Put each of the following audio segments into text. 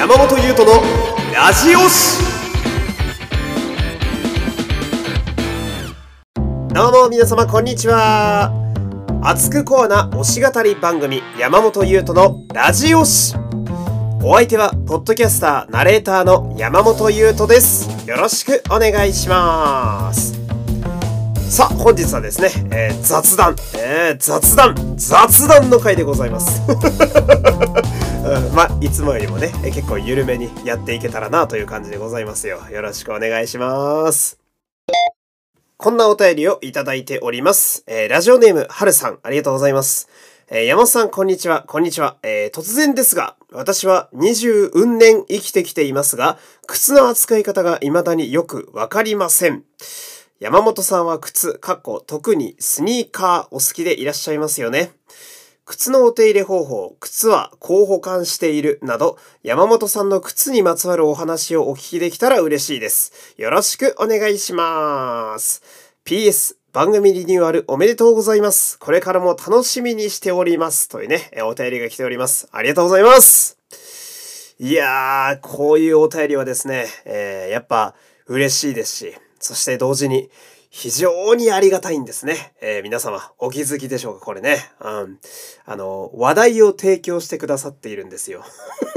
山本優斗のラジオ誌。どうも皆様こんにちは。熱くコアな推し語り番組山本優斗のラジオ誌。お相手はポッドキャスターナレーターの山本優斗です。よろしくお願いします。さあ本日はですね、雑談の回でございます、いつもよりもね、結構緩めにやっていけたらなという感じでございますよ。よろしくお願いします。こんなお便りをいただいております。ラジオネームはるさん、ありがとうございます。山本さん、こんにちは。突然ですが、私は20年生きてきていますが、靴の扱い方が未だによくわかりません。山本さんは靴、特にスニーカーお好きでいらっしゃいますよね。靴のお手入れ方法、靴はこう保管しているなど、山本さんの靴にまつわるお話をお聞きできたら嬉しいです。よろしくお願いします。PS、番組リニューアルおめでとうございます。これからも楽しみにしております。というね、お便りが来ております。ありがとうございます。いやー、こういうお便りはですね、やっぱ嬉しいですし、そして同時に非常にありがたいんですね。皆様お気づきでしょうかこれね。話題を提供してくださっているんですよ。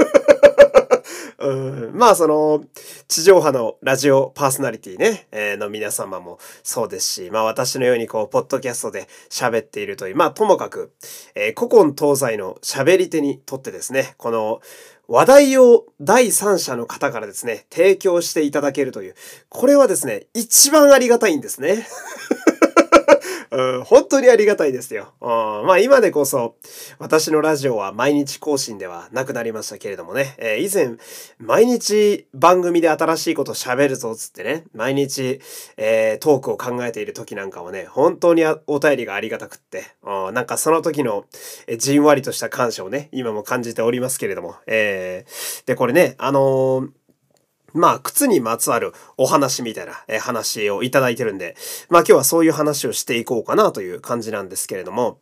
地上波のラジオパーソナリティね、の皆様もそうですし、私のようにポッドキャストで喋っているという、ともかく、古今東西の喋り手にとってですね、この話題を第三者の方からですね、提供していただけるという、これはですね、一番ありがたいんですね。本当にありがたいですよ。今でこそ私のラジオは毎日更新ではなくなりましたけれどもね、以前毎日番組で新しいこと喋るぞつってね、毎日、トークを考えている時なんかはね、本当にお便りがありがたくって、なんかその時のじんわりとした感謝をね、今も感じておりますけれども、でこれね、靴にまつわるお話みたいな話をいただいてるんで、今日はそういう話をしていこうかなという感じなんですけれども、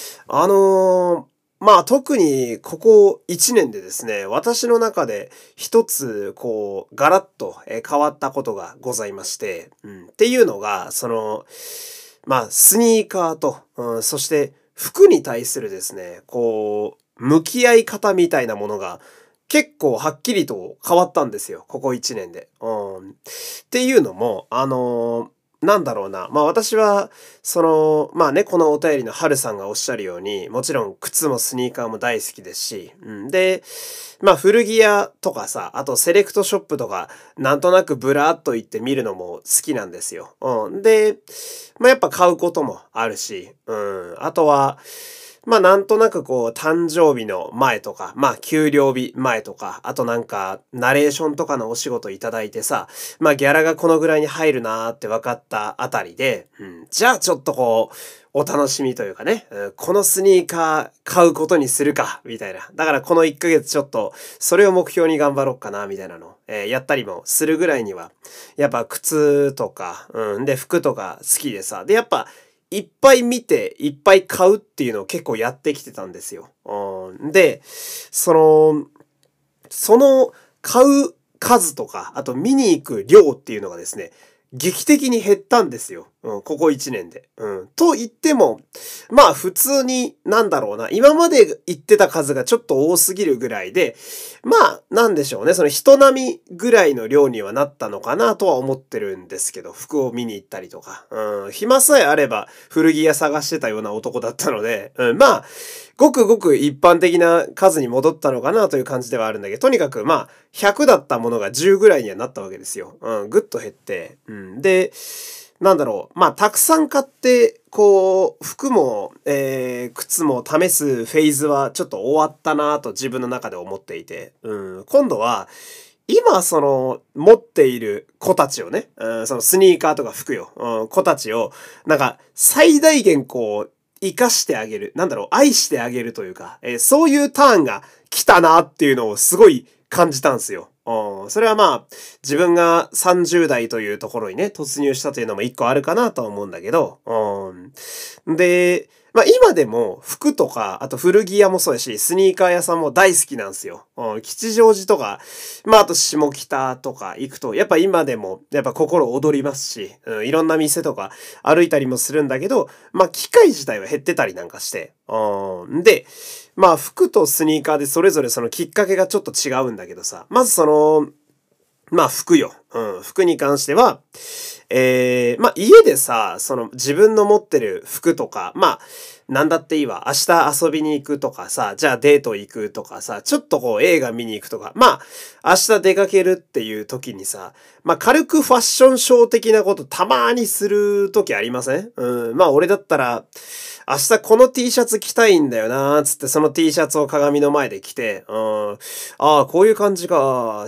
特にここ1年でですね、私の中で一つガラッと変わったことがございまして、っていうのが、スニーカーと、そして服に対するですね、向き合い方みたいなものが結構はっきりと変わったんですよ。ここ1年で。っていうのも、私は、このお便りのはるさんがおっしゃるように、もちろん靴もスニーカーも大好きですし、で、古着屋とかさ、あとセレクトショップとか、なんとなくブラーっと行って見るのも好きなんですよ。で、やっぱ買うこともあるし、あとは、なんとなく誕生日の前とか、給料日前とか、あとなんか、ナレーションとかのお仕事いただいてさ、ギャラがこのぐらいに入るなーって分かったあたりで、じゃあちょっとお楽しみというかね、このスニーカー買うことにするか、みたいな。だからこの1ヶ月ちょっと、それを目標に頑張ろうかな、みたいなのを、やったりもするぐらいには、やっぱ靴とか、で、服とか好きでさ、で、やっぱ、いっぱい見て、いっぱい買うっていうのを結構やってきてたんですよ。で、その買う数とか、あと見に行く量っていうのがですね、劇的に減ったんですよ。ここ1年で。と言っても、普通に、今まで行ってた数がちょっと多すぎるぐらいで、その人並みぐらいの量にはなったのかなとは思ってるんですけど、服を見に行ったりとか。暇さえあれば古着屋探してたような男だったので、ごくごく一般的な数に戻ったのかなという感じではあるんだけど、とにかく100だったものが10ぐらいにはなったわけですよ。ぐっと減って。で、たくさん買って、服も、靴も試すフェーズはちょっと終わったなと自分の中で思っていて、今度は、今、持っている子たちをね、そのスニーカーとか服よ、子たちを、最大限生かしてあげる。愛してあげるというか、そういうターンが来たなっていうのをすごい感じたんですよ。それは自分が30代というところにね、突入したというのも一個あるかなとは思うんだけど、で、 まあ今でも服とか、あと古着屋もそうやし、スニーカー屋さんも大好きなんですよ。吉祥寺とか、まああと下北とか行くと、やっぱ今でもやっぱ心躍りますし、いろんな店とか歩いたりもするんだけど、まあ機械自体は減ってたりなんかして。で、まあ服とスニーカーでそれぞれそのきっかけがちょっと違うんだけどさ、まずまあ服よ。服に関しては、まあ家でさ、その自分の持ってる服とか、まあ、なんだっていいわ。明日遊びに行くとかさ、じゃあデート行くとかさ、ちょっとこう映画見に行くとか、まあ、明日出かけるっていう時にさ、まあ軽くファッションショー的なことたまにする時ありません？まあ俺だったら、明日この T シャツ着たいんだよなーつってその T シャツを鏡の前で着て、ああ、こういう感じか、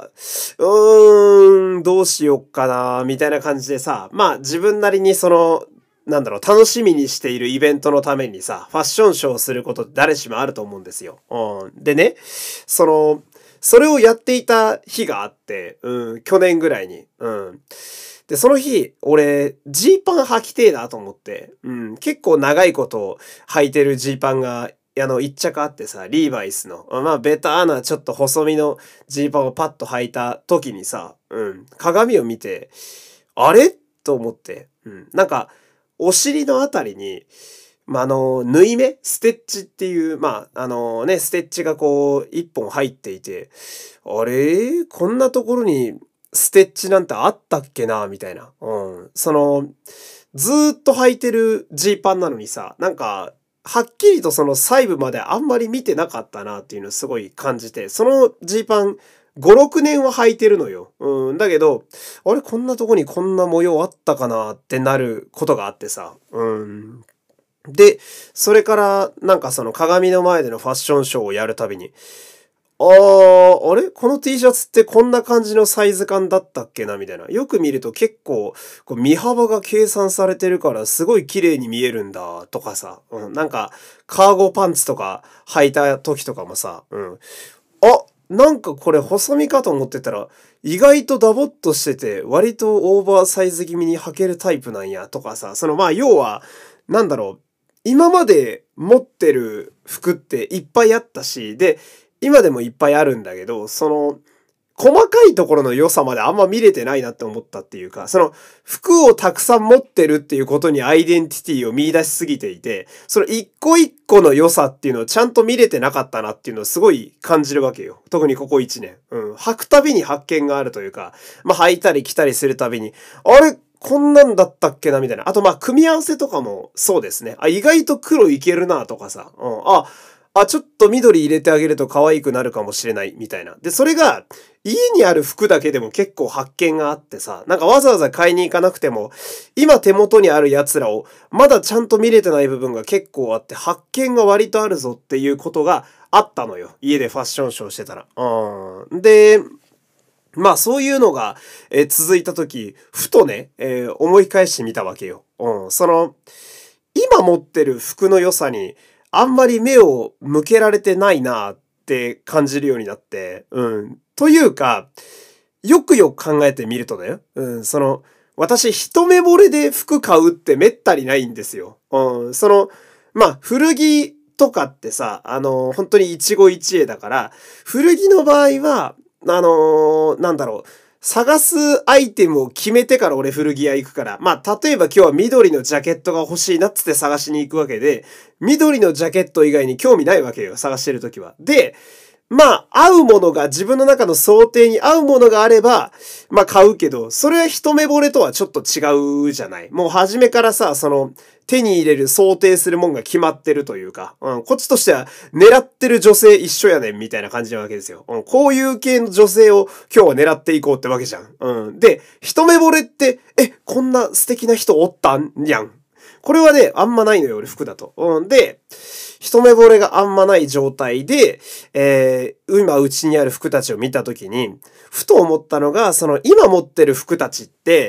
どうしよっかなーみたいな感じでさ、まあ自分なりに楽しみにしているイベントのためにさ、ファッションショーをすることって誰しもあると思うんですよ。でね、それをやっていた日があって、去年ぐらいに。で、その日、俺、ジーパン履きてえなと思って、結構長いこと履いてるジーパンが、一着あってさ、リーバイスの、まあ、ベターなちょっと細身のジーパンをパッと履いた時にさ、鏡を見て、あれと思って、なんか、お尻のあたりに、まあ、縫い目ステッチっていう、まあ、ステッチがこう、一本入っていて、あれこんなところにステッチなんてあったっけなみたいな。ずーっと履いてるジーパンなのにさ、なんか、はっきりとその細部まであんまり見てなかったなっていうのをすごい感じて、そのジーパン5、6年は履いてるのよ。だけど、あれこんなとこにこんな模様あったかなってなることがあってさ。で、それからなんかその鏡の前でのファッションショーをやるたびに、あれこの T シャツってこんな感じのサイズ感だったっけなみたいな。よく見ると結構、こう身幅が計算されてるからすごい綺麗に見えるんだとかさ。なんか、カーゴパンツとか履いた時とかもさ、なんかこれ細身かと思ってたら、意外とダボっとしてて、割とオーバーサイズ気味に履けるタイプなんやとかさ。まあ要は、なんだろう。今まで持ってる服っていっぱいあったし、で、今でもいっぱいあるんだけど、細かいところの良さまであんま見れてないなって思ったっていうか、服をたくさん持ってるっていうことにアイデンティティを見出しすぎていて、その一個一個の良さっていうのをちゃんと見れてなかったなっていうのをすごい感じるわけよ。特にここ1年。履くたびに発見があるというか、まあ履いたり着たりするたびに、あれこんなんだったっけなみたいな。あとまあ組み合わせとかもそうですね。意外と黒いけるなとかさ。ちょっと緑入れてあげると可愛くなるかもしれないみたいな。で、それが家にある服だけでも結構発見があってさ、なんかわざわざ買いに行かなくても、今手元にある奴らをまだちゃんと見れてない部分が結構あって、発見が割とあるぞっていうことがあったのよ。家でファッションショーしてたら。で、まあそういうのが、続いた時、ふとね、思い返してみたわけよ。今持ってる服の良さに、あんまり目を向けられてないなって感じるようになって、というか、よくよく考えてみるとだよ。私一目惚れで服買うってめったにないんですよ。まあ、古着とかってさ、本当に一期一会だから、古着の場合は、なんだろう、探すアイテムを決めてから俺古着屋行くから。まあ、例えば今日は緑のジャケットが欲しいなっつって探しに行くわけで、緑のジャケット以外に興味ないわけよ、探してるときは。で、まあ、合うものが、自分の中の想定に合うものがあれば、まあ買うけど、それは一目惚れとはちょっと違うじゃない。もう初めからさ、手に入れる想定するもんが決まってるというか、こっちとしては狙ってる女性一緒やねんみたいな感じなわけですよ。こういう系の女性を今日は狙っていこうってわけじゃん。で、一目惚れって、こんな素敵な人おったんやん。これはね、あんまないのよ、俺服だと。で、一目惚れがあんまない状態で、今うちにある服たちを見たときに、ふと思ったのが、今持ってる服たちって、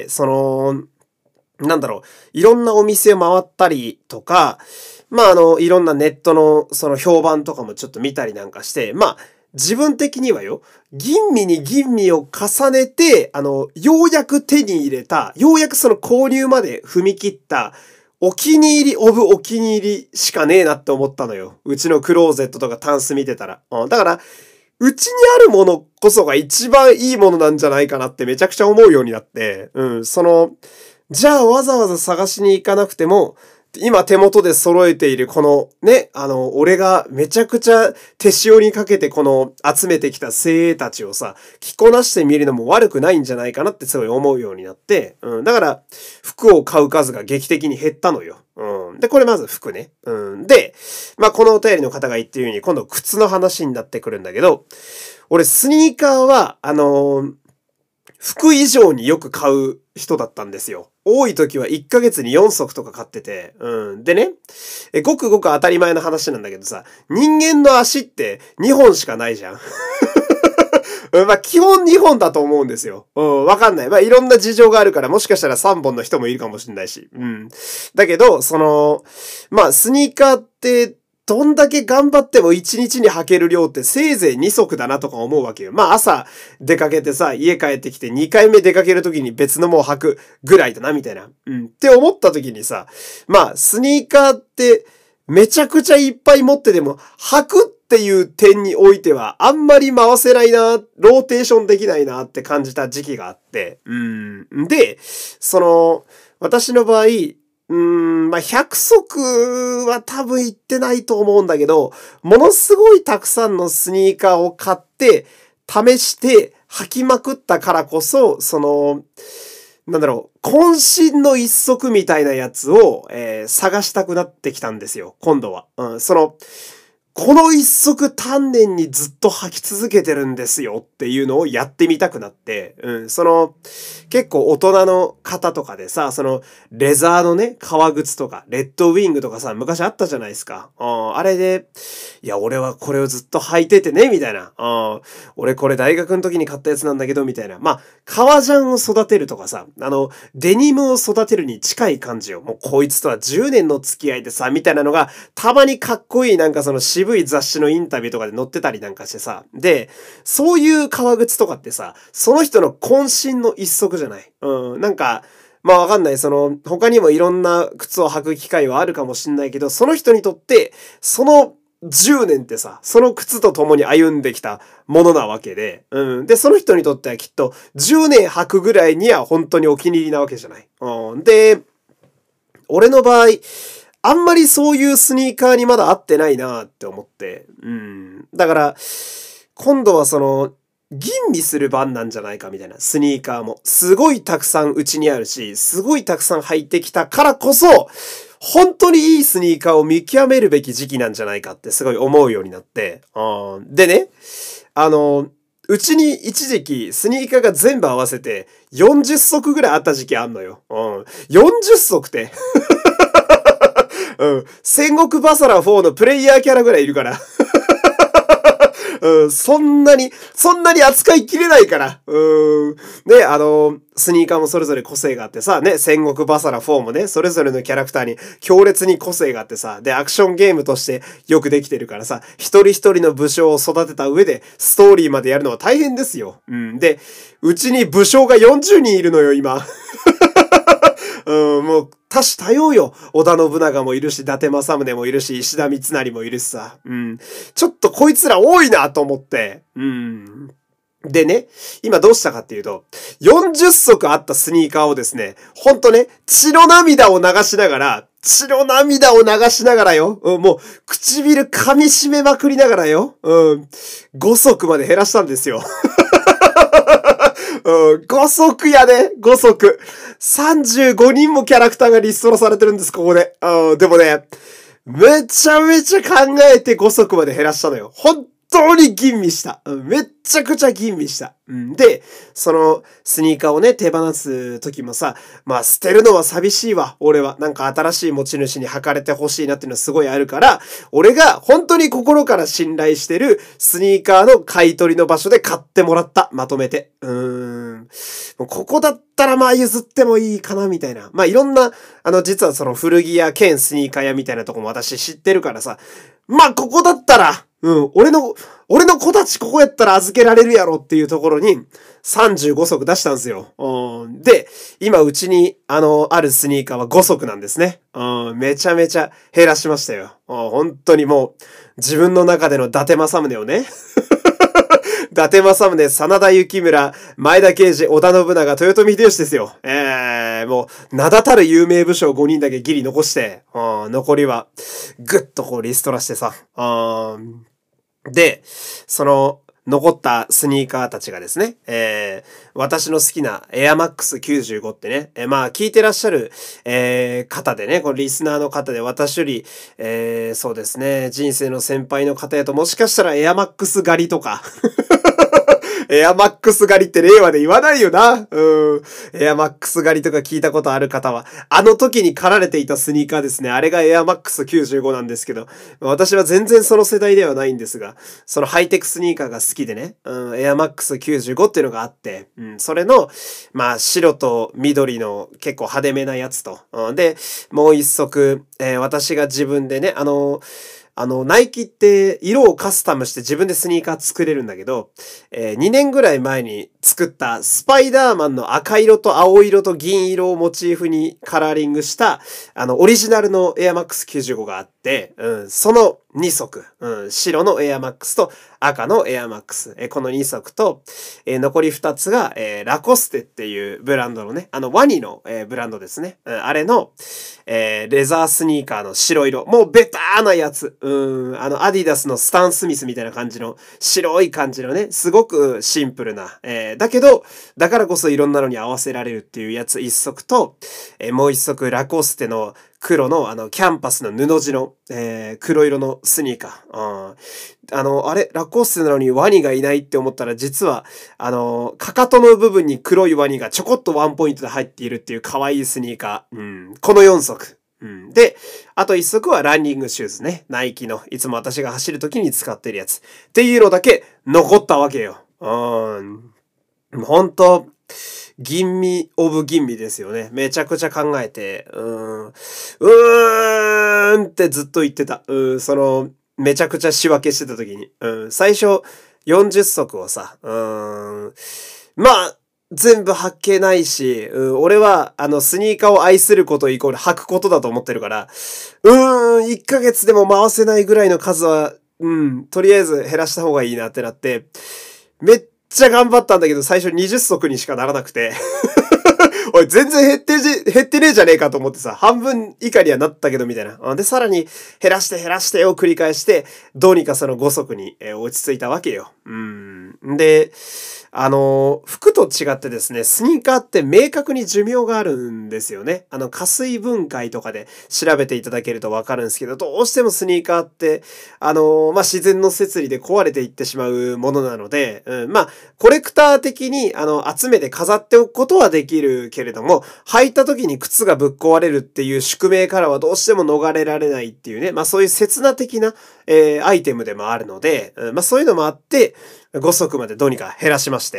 なんだろう、いろんなお店を回ったりとか、まあいろんなネットの評判とかもちょっと見たりなんかして、まあ、自分的にはよ、吟味に吟味を重ねて、ようやく手に入れた、ようやくその購入まで踏み切った、 お気に入りオブお気に入りしかねえなって思ったのよ。うちのクローゼットとかタンス見てたら。だから、うちにあるものこそが一番いいものなんじゃないかなってめちゃくちゃ思うようになって、じゃあわざわざ探しに行かなくても、今手元で揃えているこのね、俺がめちゃくちゃ手塩にかけてこの集めてきた精鋭たちをさ、着こなしてみるのも悪くないんじゃないかなってすごい思うようになって、だから服を買う数が劇的に減ったのよ。で、これまず服ね。で、このお便りの方が言ってるように今度靴の話になってくるんだけど、俺スニーカーは、服以上によく買う人だったんですよ。多い時は1ヶ月に4足とか買ってて。でね、ごくごく当たり前の話なんだけどさ、人間の足って2本しかないじゃん。基本2本だと思うんですよ。わかんない。いろんな事情があるから、もしかしたら3本の人もいるかもしれないし。だけど、スニーカーって、どんだけ頑張っても1日に履ける量ってせいぜい2足だなとか思うわけよ。朝出かけてさ、家帰ってきて2回目出かけるときに別のもの履くぐらいだな、みたいな。って思ったときにさ、スニーカーってめちゃくちゃいっぱい持ってても履くっていう点においてはあんまり回せないな、ローテーションできないなって感じた時期があって。で、私の場合、100足は多分行ってないと思うんだけど、ものすごいたくさんのスニーカーを買って、試して履きまくったからこそ、渾身の一足みたいなやつを、探したくなってきたんですよ、今度は。この一足丹念にずっと履き続けてるんですよっていうのをやってみたくなって、結構大人の方とかでさ、レザーのね、革靴とか、レッドウィングとかさ、昔あったじゃないですか。あれで、いや、俺はこれをずっと履いててね、みたいな。俺これ大学の時に買ったやつなんだけど、みたいな。革ジャンを育てるとかさ、デニムを育てるに近い感じよ。もうこいつとは10年の付き合いでさ、みたいなのが、たまにかっこいい渋い雑誌のインタビューとかで載ってたりなんかしてさ。で、そういう革靴とかってさ、その人の渾身の一足じゃない。わかんない。他にもいろんな靴を履く機会はあるかもしんないけど、その人にとって、その10年ってさ、その靴と共に歩んできたものなわけで、で、その人にとってはきっと10年履くぐらいには本当にお気に入りなわけじゃない。で、俺の場合、あんまりそういうスニーカーにまだ合ってないなって思って。だから、今度は吟味する番なんじゃないかみたいな、スニーカーも。すごいたくさんうちにあるし、すごいたくさん履いてきたからこそ、本当にいいスニーカーを見極めるべき時期なんじゃないかってすごい思うようになって。でね、うちに一時期スニーカーが全部合わせて40足ぐらいあった時期あんのよ。40足って。戦国バサラ4のプレイヤーキャラぐらいいるから。そんなに扱いきれないから。スニーカーもそれぞれ個性があってさ、ね、戦国バサラ4もね、それぞれのキャラクターに強烈に個性があってさ、で、アクションゲームとしてよくできてるからさ、一人一人の武将を育てた上で、ストーリーまでやるのは大変ですよ。で、うちに武将が40人いるのよ、今。もう、多種多様よ。織田信長もいるし、伊達政宗もいるし、石田三成もいるしさ。ちょっとこいつら多いなと思って。でね、今どうしたかっていうと、40足あったスニーカーをですね、ほんとね、血の涙を流しながらよ。もう、唇噛み締めまくりながらよ。5足まで減らしたんですよ。5足やで、5足。35人もキャラクターがリストラされてるんです、ここで。でもね、めちゃめちゃ考えて5足まで減らしたのよ。本当に吟味した。めっちゃくちゃ吟味した。で、そのスニーカーをね、手放す時もさ、捨てるのは寂しいわ、俺は。新しい持ち主に履かれてほしいなっていうのはすごいあるから、俺が本当に心から信頼してるスニーカーの買い取りの場所で買ってもらった。まとめて。ここだったら譲ってもいいかな、みたいな。いろんな、実は古着屋兼スニーカー屋みたいなとこも私知ってるからさ、ここだったら、 俺の子たちここやったら預けられるやろっていうところに35足出したんですよ。で、今うちにあるスニーカーは5足なんですね。めちゃめちゃ減らしましたよ。本当にもう自分の中での伊達政宗をね。伊達政宗、真田幸村、前田慶次、織田信長、豊臣秀吉ですよ。もう、名だたる有名武将5人だけギリ残して、残りは、ぐっとこうリストラしてさ。で、その、残ったスニーカーたちがですね、私の好きなエアマックス95ってね、まあ聞いてらっしゃる、方でね、このリスナーの方で私より、そうですね、人生の先輩の方やともしかしたらエアマックス狩りとか、エアマックス狩りって令和で言わないよな。エアマックス狩りとか聞いたことある方は、あの時に狩られていたスニーカーですね。あれがエアマックス95なんですけど、私は全然その世代ではないんですが、そのハイテクスニーカーが好きでね、エアマックス95っていうのがあって、それの、まあ白と緑の結構派手めなやつと、で、もう一足、私が自分でね、ナイキって色をカスタムして自分でスニーカー作れるんだけど、2年ぐらい前に作ったスパイダーマンの赤色と青色と銀色をモチーフにカラーリングした、オリジナルのエアマックス95があって、その2足、白のエアマックスと赤のエアマックス、この2足と、残り2つが、ラコステっていうブランドのね、ワニの、ブランドですね。あれの、レザースニーカーの白色。もうベターなやつ。アディダスのスタン・スミスみたいな感じの白い感じのね、すごくシンプルな。だけど、だからこそいろんなのに合わせられるっていうやつ一足と、もう一足ラコステの黒のキャンパスの布地の、黒色のスニーカー。あれ、ラコステなのにワニがいないって思ったら実は、かかとの部分に黒いワニがちょこっとワンポイントで入っているっていう可愛いスニーカー。この4足。で、あと1足はランニングシューズね。ナイキの、いつも私が走る時に使ってるやつ。っていうのだけ残ったわけよ。本当吟味オブ吟味ですよね。めちゃくちゃ考えて、ってずっと言ってた。めちゃくちゃ仕分けしてた時に。最初、40足をさ、まあ、全部履けないし、俺は、スニーカーを愛することイコール履くことだと思ってるから、1ヶ月でも回せないぐらいの数は、とりあえず減らした方がいいなってなって、めっちゃ頑張ったんだけど、最初20足にしかならなくて。おい、全然減ってねえじゃねえかと思ってさ、半分以下にはなったけどみたいな。で、さらに減らしてを繰り返して、どうにかその5足に落ち着いたわけよ。で、服と違ってですね、スニーカーって明確に寿命があるんですよね。加水分解とかで調べていただけるとわかるんですけど、どうしてもスニーカーって、自然の摂理で壊れていってしまうものなので、コレクター的に、集めて飾っておくことはできるけれども、履いた時に靴がぶっ壊れるっていう宿命からはどうしても逃れられないっていうね、そういう刹那的な、アイテムでもあるので、そういうのもあって、5足までどうにか減らしまして。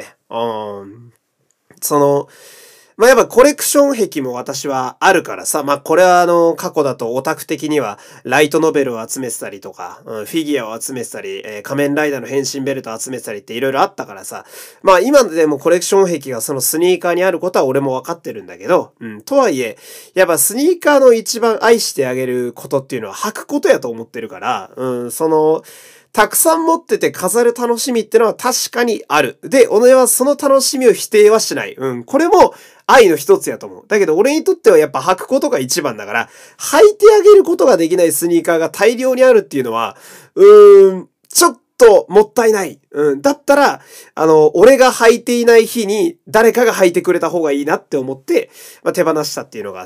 やっぱコレクション癖も私はあるからさ、これは過去だとオタク的にはライトノベルを集めてたりとか、フィギュアを集めてたり、仮面ライダーの変身ベルトを集めてたりっていろいろあったからさ、今でもコレクション癖がそのスニーカーにあることは俺もわかってるんだけど、とはいえ、やっぱスニーカーの一番愛してあげることっていうのは履くことやと思ってるから、たくさん持ってて飾る楽しみってのは確かにある。で、俺はその楽しみを否定はしない。これも愛の一つやと思う。だけど俺にとってはやっぱ履くことが一番だから、履いてあげることができないスニーカーが大量にあるっていうのは、ちょっともったいない。だったら、俺が履いていない日に誰かが履いてくれた方がいいなって思って、手放したっていうのがあって。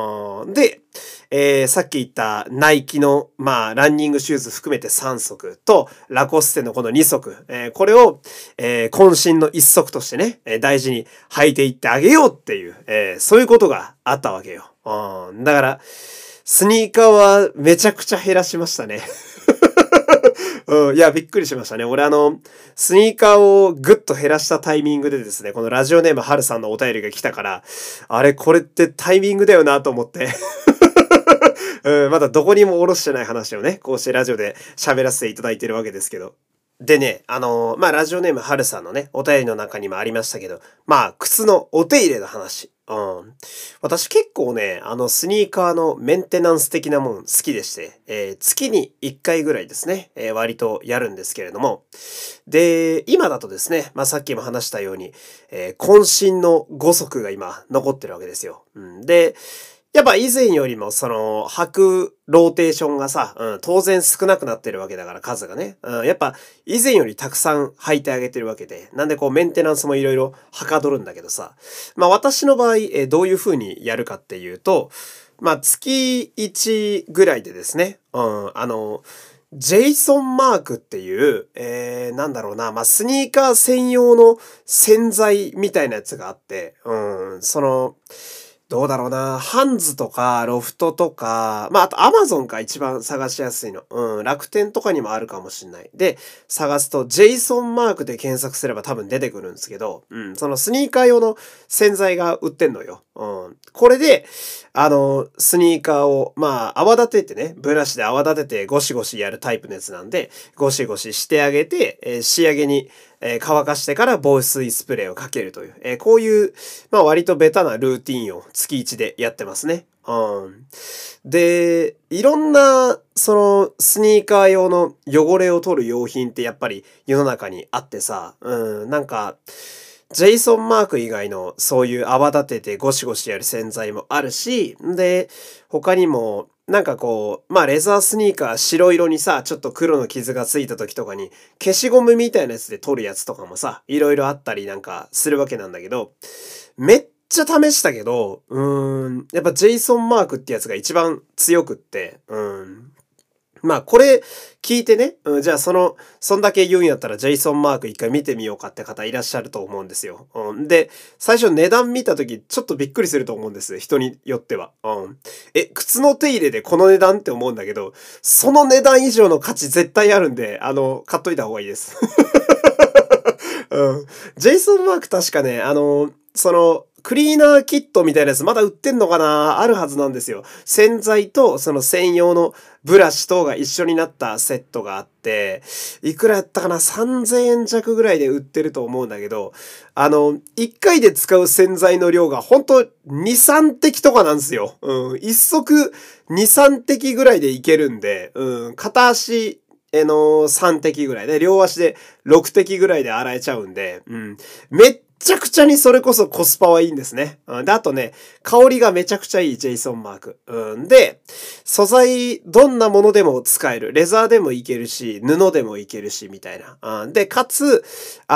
で、さっき言ったナイキの、ランニングシューズ含めて3足と、ラコステのこの2足、これを、渾身の1足としてね、大事に履いていってあげようっていう、そういうことがあったわけよ。だから、スニーカーはめちゃくちゃ減らしましたね。いや、びっくりしましたね。俺スニーカーをぐっと減らしたタイミングでですね、このラジオネームはるさんのお便りが来たから、あれ、これってタイミングだよなと思って。 うん、まだどこにも下ろしてない話をね、こうしてラジオで喋らせていただいてるわけですけど。でね、ラジオネームはるさんのね、お便りの中にもありましたけど、靴のお手入れの話。うん。私結構ね、スニーカーのメンテナンス的なもん好きでして、月に1回ぐらいですね、割とやるんですけれども。で、今だとですね、さっきも話したように、渾身の5足が今残ってるわけですよ。うん、で、やっぱ以前よりも履くローテーションがさ、当然少なくなってるわけだから数がね。やっぱ以前よりたくさん履いてあげてるわけで。なんでこうメンテナンスもいろいろはかどるんだけどさ。私の場合、どういう風にやるかっていうと、月1ぐらいでですね、ジェイソンマークっていう、スニーカー専用の洗剤みたいなやつがあって、どうだろうな。ハンズとか、ロフトとか、あとアマゾンか一番探しやすいの。楽天とかにもあるかもしんない。で、探すと、ジェイソンマークで検索すれば多分出てくるんですけど、そのスニーカー用の洗剤が売ってんのよ。これで、スニーカーを、泡立ててね、ブラシで泡立ててゴシゴシやるタイプのやつなんで、ゴシゴシしてあげて、仕上げに、乾かしてから防水スプレーをかけるという、こういう、割とベタなルーティンを月1でやってますね。で、いろんな、スニーカー用の汚れを取る用品ってやっぱり世の中にあってさ、ジェイソンマーク以外のそういう泡立ててゴシゴシやる洗剤もあるし、で、他にも、レザースニーカー白色にさ、ちょっと黒の傷がついた時とかに、消しゴムみたいなやつで取るやつとかもさ、いろいろあったりするわけなんだけど、めっちゃ試したけど、やっぱジェイソンマークってやつが一番強くって、これ聞いてね、じゃあそんだけ言うんやったらジェイソンマーク一回見てみようかって方いらっしゃると思うんですよ。で、最初値段見た時ちょっとびっくりすると思うんです。人によっては。靴の手入れでこの値段って思うんだけど、その値段以上の価値絶対あるんで、買っといた方がいいです。ジェイソンマーク確かね、クリーナーキットみたいなやつまだ売ってんのかなあるはずなんですよ。洗剤とその専用のブラシとが一緒になったセットがあって、いくらやったかな ?3000 円弱ぐらいで売ってると思うんだけど、1回で使う洗剤の量がほんと2、3滴とかなんですよ。一足2、3滴ぐらいでいけるんで、片足3滴ぐらいで、両足で6滴ぐらいで洗えちゃうんで、めっちゃくちゃにそれこそコスパはいいんですね。で、あとね、香りがめちゃくちゃいいジェイソンマーク。で、素材、どんなものでも使える。レザーでもいけるし、布でもいけるし、みたいな。で、かつ、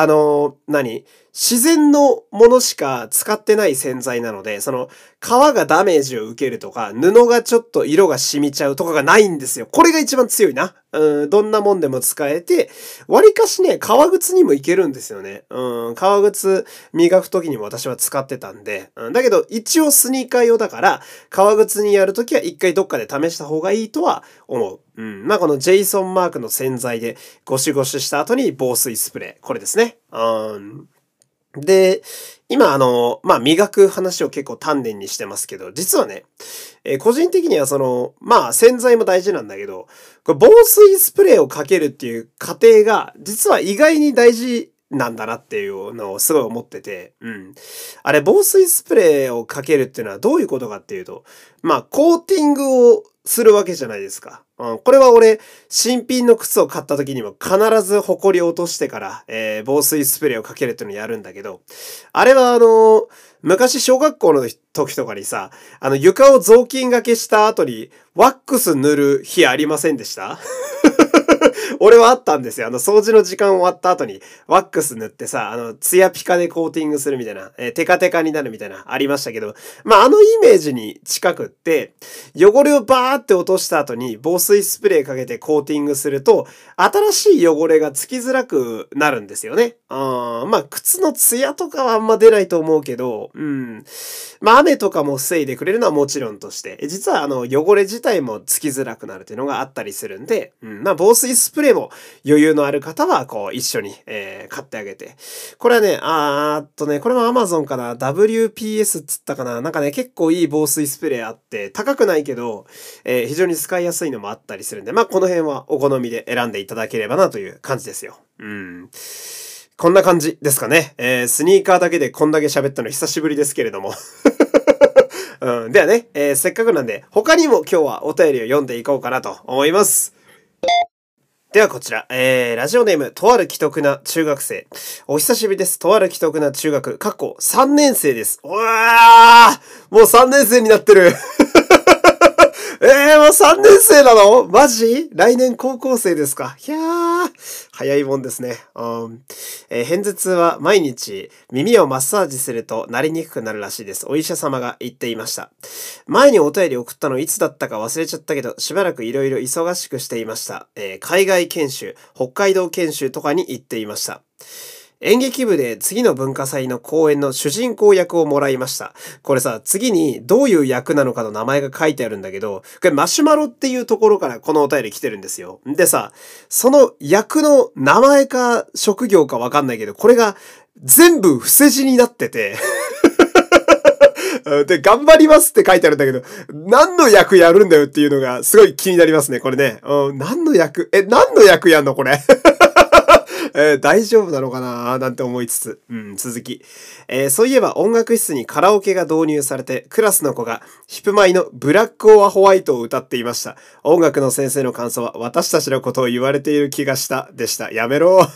自然のものしか使ってない洗剤なので、革がダメージを受けるとか、布がちょっと色が染みちゃうとかがないんですよ。これが一番強いな。どんなもんでも使えて、割かしね、革靴にもいけるんですよね。革靴磨くときにも私は使ってたんで。だけど、一応スニーカー用だから、革靴にやるときは一回どっかで試した方がいいとは思う。このジェイソンマークの洗剤でゴシゴシした後に防水スプレー。これですね。で、今磨く話を結構丹念にしてますけど、実はね、個人的には洗剤も大事なんだけど、これ防水スプレーをかけるっていう過程が、実は意外に大事なんだなっていうのをすごい思ってて、あれ、防水スプレーをかけるっていうのはどういうことかっていうと、コーティングをするわけじゃないですか。これは俺、新品の靴を買った時にも必ずホコリを落としてから、防水スプレーをかけるっていうのをやるんだけど、あれは昔小学校の時とかにさ、床を雑巾掛けした後にワックス塗る日ありませんでした俺はあったんですよ。掃除の時間終わった後にワックス塗ってさ、ツヤピカでコーティングするみたいな、テカテカになるみたいな、ありましたけど、イメージに近くって、汚れをバーって落とした後に防水スプレーかけてコーティングすると、新しい汚れがつきづらくなるんですよね。靴のツヤとかはあんま出ないと思うけど、雨とかも防いでくれるのはもちろんとして、実は汚れ自体もつきづらくなるっていうのがあったりするんで、防水スプレーも余裕のある方は、こう、一緒に、買ってあげて。これはね、これも Amazon かな。WPS っつったかな。なんかね、結構いい防水スプレーあって、高くないけど、非常に使いやすいのもあったりするんで、まあ、この辺はお好みで選んでいただければなという感じですよ。こんな感じですかね。スニーカーだけでこんだけ喋ったの久しぶりですけれども。ではね、せっかくなんで、他にも今日はお便りを読んでいこうかなと思います。ではこちら、ラジオネーム、とある既得な中学生。お久しぶりです。とある既得な中学、3年生です。うわーもう3年生になってる。もう3年生なのマジ来年高校生ですかいやー、早いもんですね。片頭痛は毎日耳をマッサージするとなりにくくなるらしいです。お医者様が言っていました。前にお便り送ったのいつだったか忘れちゃったけど、しばらくいろいろ忙しくしていました。海外研修、北海道研修とかに行っていました。演劇部で次の文化祭の公演の主人公役をもらいました。これさ、次にどういう役なのかの名前が書いてあるんだけど、これマシュマロっていうところからこのお便り来てるんですよ。でさ、その役の名前か職業かわかんないけど、これが全部伏せ字になってて、で、頑張りますって書いてあるんだけど、何の役やるんだよっていうのがすごい気になりますね、これね。何の役やんのこれ。大丈夫なのかななんて思いつつ、続き。そういえば音楽室にカラオケが導入されて、クラスの子がヒプマイのブラックオアホワイトを歌っていました。音楽の先生の感想は私たちのことを言われている気がしたでした。やめろ。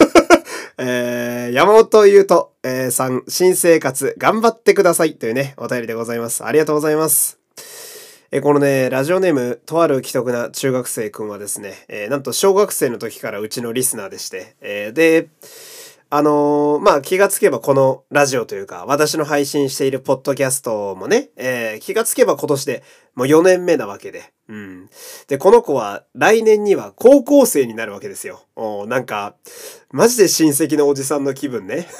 山本優斗、さん、新生活頑張ってくださいというね、お便りでございます。ありがとうございます。このね、ラジオネーム、とある既得な中学生くんはですね、なんと小学生の時からうちのリスナーでして、で、気がつけばこのラジオというか、私の配信しているポッドキャストもね、気がつけば今年でもう4年目なわけで、で、この子は来年には高校生になるわけですよ。なんか、マジで親戚のおじさんの気分ね。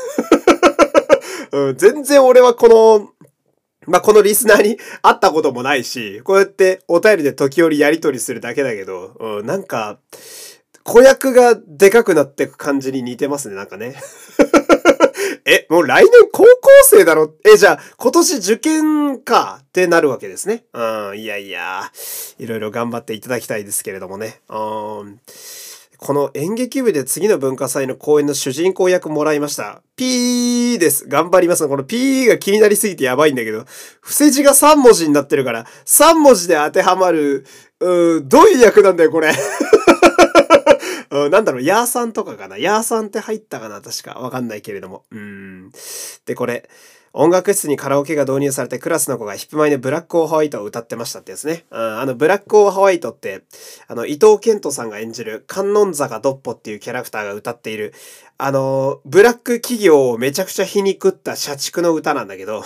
全然俺はこのリスナーに会ったこともないし、こうやってお便りで時折やり取りするだけだけど、なんか、子役がでかくなってく感じに似てますね、なんかね。もう来年高校生だろじゃあ、今年受験かってなるわけですね。いやいや、いろいろ頑張っていただきたいですけれどもね。この演劇部で次の文化祭の公演の主人公役もらいました。ピーです。頑張ります。このピーが気になりすぎてやばいんだけど、伏せ字が3文字になってるから、3文字で当てはまる、どういう役なんだよ、これ。なんだろう、ヤーさんとかかな。ヤーさんって入ったかな確か。わかんないけれども。で、これ、音楽室にカラオケが導入されてクラスの子がヒップマイのブラックオアホワイトを歌ってましたってやつね。ブラックオアホワイトって、伊藤健人さんが演じる観音坂ドッポっていうキャラクターが歌っている、ブラック企業をめちゃくちゃ皮肉った社畜の歌なんだけど、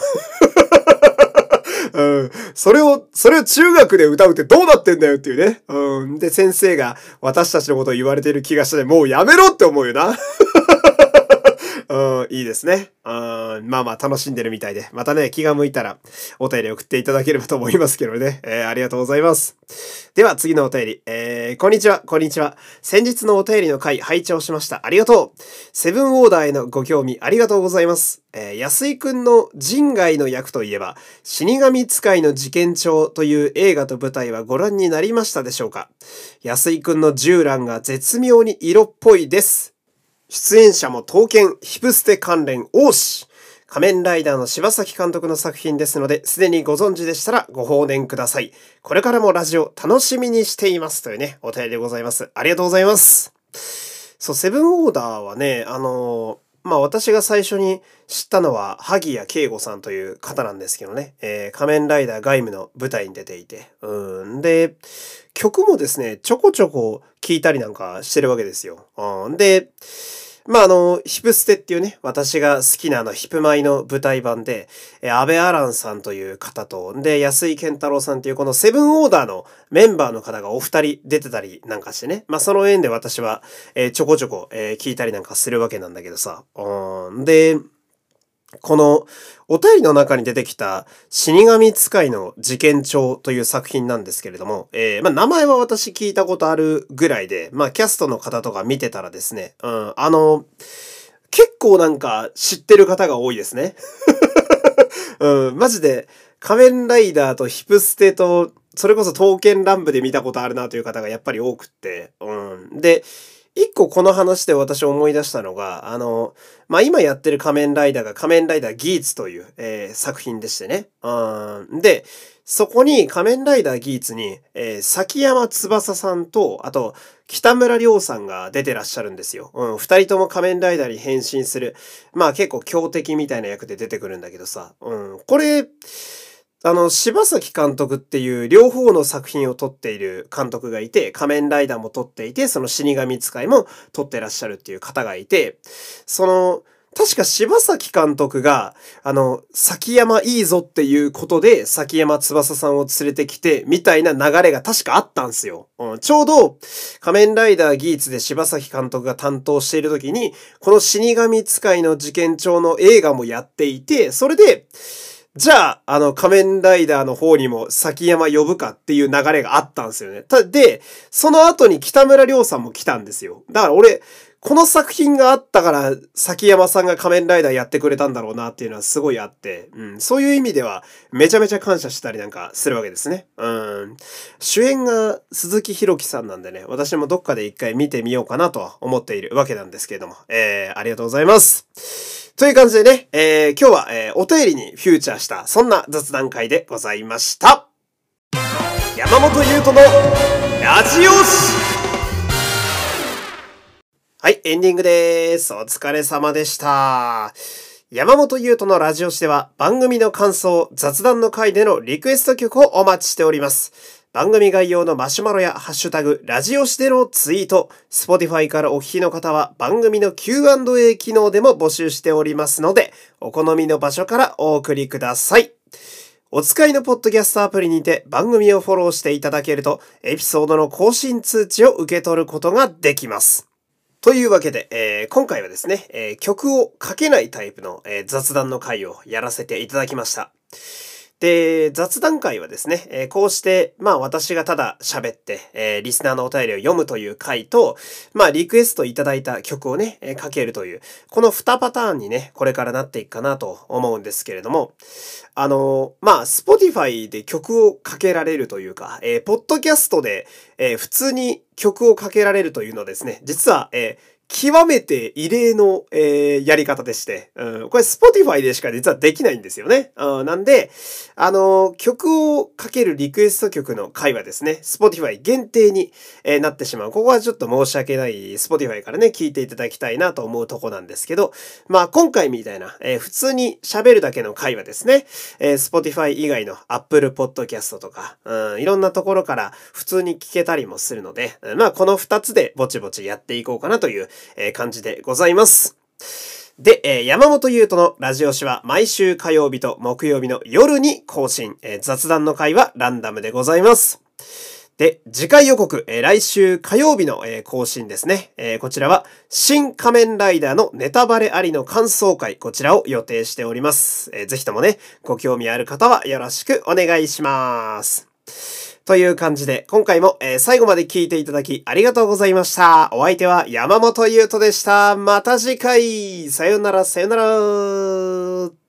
それを中学で歌うってどうなってんだよっていうね。で、先生が私たちのことを言われている気がして、もうやめろって思うよな。いいですね。楽しんでるみたいで。またね、気が向いたらお便り送っていただければと思いますけどね。ありがとうございます。では次のお便り。こんにちは。先日のお便りの回拝聴しました。ありがとう。セブンオーダーへのご興味ありがとうございます。安井くんの人外の役といえば、死神使いの事件帳という映画と舞台はご覧になりましたでしょうか？安井くんの銃乱が絶妙に色っぽいです。出演者も刀剣、ヒプステ関連多し。仮面ライダーの柴崎監督の作品ですので、すでにご存知でしたらご放念ください。これからもラジオ楽しみにしています。というね、お便りでございます。ありがとうございます。そう、セブンオーダーはね、私が最初に知ったのは、萩谷圭吾さんという方なんですけどね、仮面ライダーガイムの舞台に出ていて、で、曲もですね、ちょこちょこ聴いたりなんかしてるわけですよ。で、ヒプステっていうね、私が好きなヒプマイの舞台版で、安倍アランさんという方と、で、安井健太郎さんというこのセブンオーダーのメンバーの方がお二人出てたりなんかしてね。その縁で私は、ちょこちょこ、聞いたりなんかするわけなんだけどさ。で、 このお便りの中に出てきた死神使いの事件帳という作品なんですけれども、名前は私聞いたことあるぐらいで、キャストの方とか見てたらですね、結構なんか知ってる方が多いですね。マジで仮面ライダーとヒプステと、それこそ刀剣乱舞で見たことあるなという方がやっぱり多くって、で、一個この話で私思い出したのが、今やってる仮面ライダーが仮面ライダーギーツという、作品でしてね。で、そこに仮面ライダーギーツに、崎山翼さんと、あと、北村亮さんが出てらっしゃるんですよ。二人とも仮面ライダーに変身する。結構強敵みたいな役で出てくるんだけどさ。これ、柴崎監督っていう両方の作品を撮っている監督がいて、仮面ライダーも撮っていて、その死神使いも撮ってらっしゃるっていう方がいて、確か柴崎監督が、崎山いいぞっていうことで、崎山翼さんを連れてきて、みたいな流れが確かあったんですよ。ちょうど、仮面ライダーギーツで柴崎監督が担当している時に、この死神使いの事件帳の映画もやっていて、それで、じゃあ、仮面ライダーの方にも崎山呼ぶかっていう流れがあったんですよね。で、その後に北村亮さんも来たんですよ。だから俺、この作品があったから崎山さんが仮面ライダーやってくれたんだろうなっていうのはすごいあって、そういう意味ではめちゃめちゃ感謝したりなんかするわけですね。主演が鈴木ひろきさんなんでね、私もどっかで一回見てみようかなとは思っているわけなんですけれども、ありがとうございます。という感じでね、今日は、お便りにフューチャーした、そんな雑談会でございました。山本優斗のラジオシ。はい、エンディングです。お疲れ様でした。山本優斗のラジオシでは番組の感想、雑談の回でのリクエスト曲をお待ちしております。番組概要のマシュマロやハッシュタグ、ラジオシでのツイート、Spotify からお聞きの方は番組の Q&A 機能でも募集しておりますので、お好みの場所からお送りください。お使いのポッドキャストアプリにて番組をフォローしていただけると、エピソードの更新通知を受け取ることができます。というわけで、今回はですね、曲をかけないタイプの、雑談の回をやらせていただきました。で、雑談会はですね、こうして、私がただ喋って、リスナーのお便りを読むという回と、リクエストいただいた曲をね、かけるという、この2パターンにね、これからなっていくかなと思うんですけれども、Spotify で曲をかけられるというか、ポッドキャストで、普通に曲をかけられるというのはですね、実は、極めて異例の、やり方でして、これ Spotify でしか実はできないんですよね。なんで、曲をかけるリクエスト曲の回はですね、Spotify 限定に、なってしまう。ここはちょっと申し訳ない Spotify からね、聞いていただきたいなと思うとこなんですけど、今回みたいな、普通に喋るだけの回はですね、Spotify 以外の Apple Podcast とか、いろんなところから普通に聞けたりもするので、この2つでぼちぼちやっていこうかなという、感じでございます。で、山本優斗のラジオ誌は毎週火曜日と木曜日の夜に更新。雑談の回はランダムでございます。で、次回予告、来週火曜日の、更新ですね。こちらは新仮面ライダーのネタバレありの感想会、こちらを予定しております。ぜひともね、ご興味ある方はよろしくお願いします。という感じで、今回も、最後まで聞いていただきありがとうございました。お相手は山本優斗でした。また次回。さよなら、さよなら。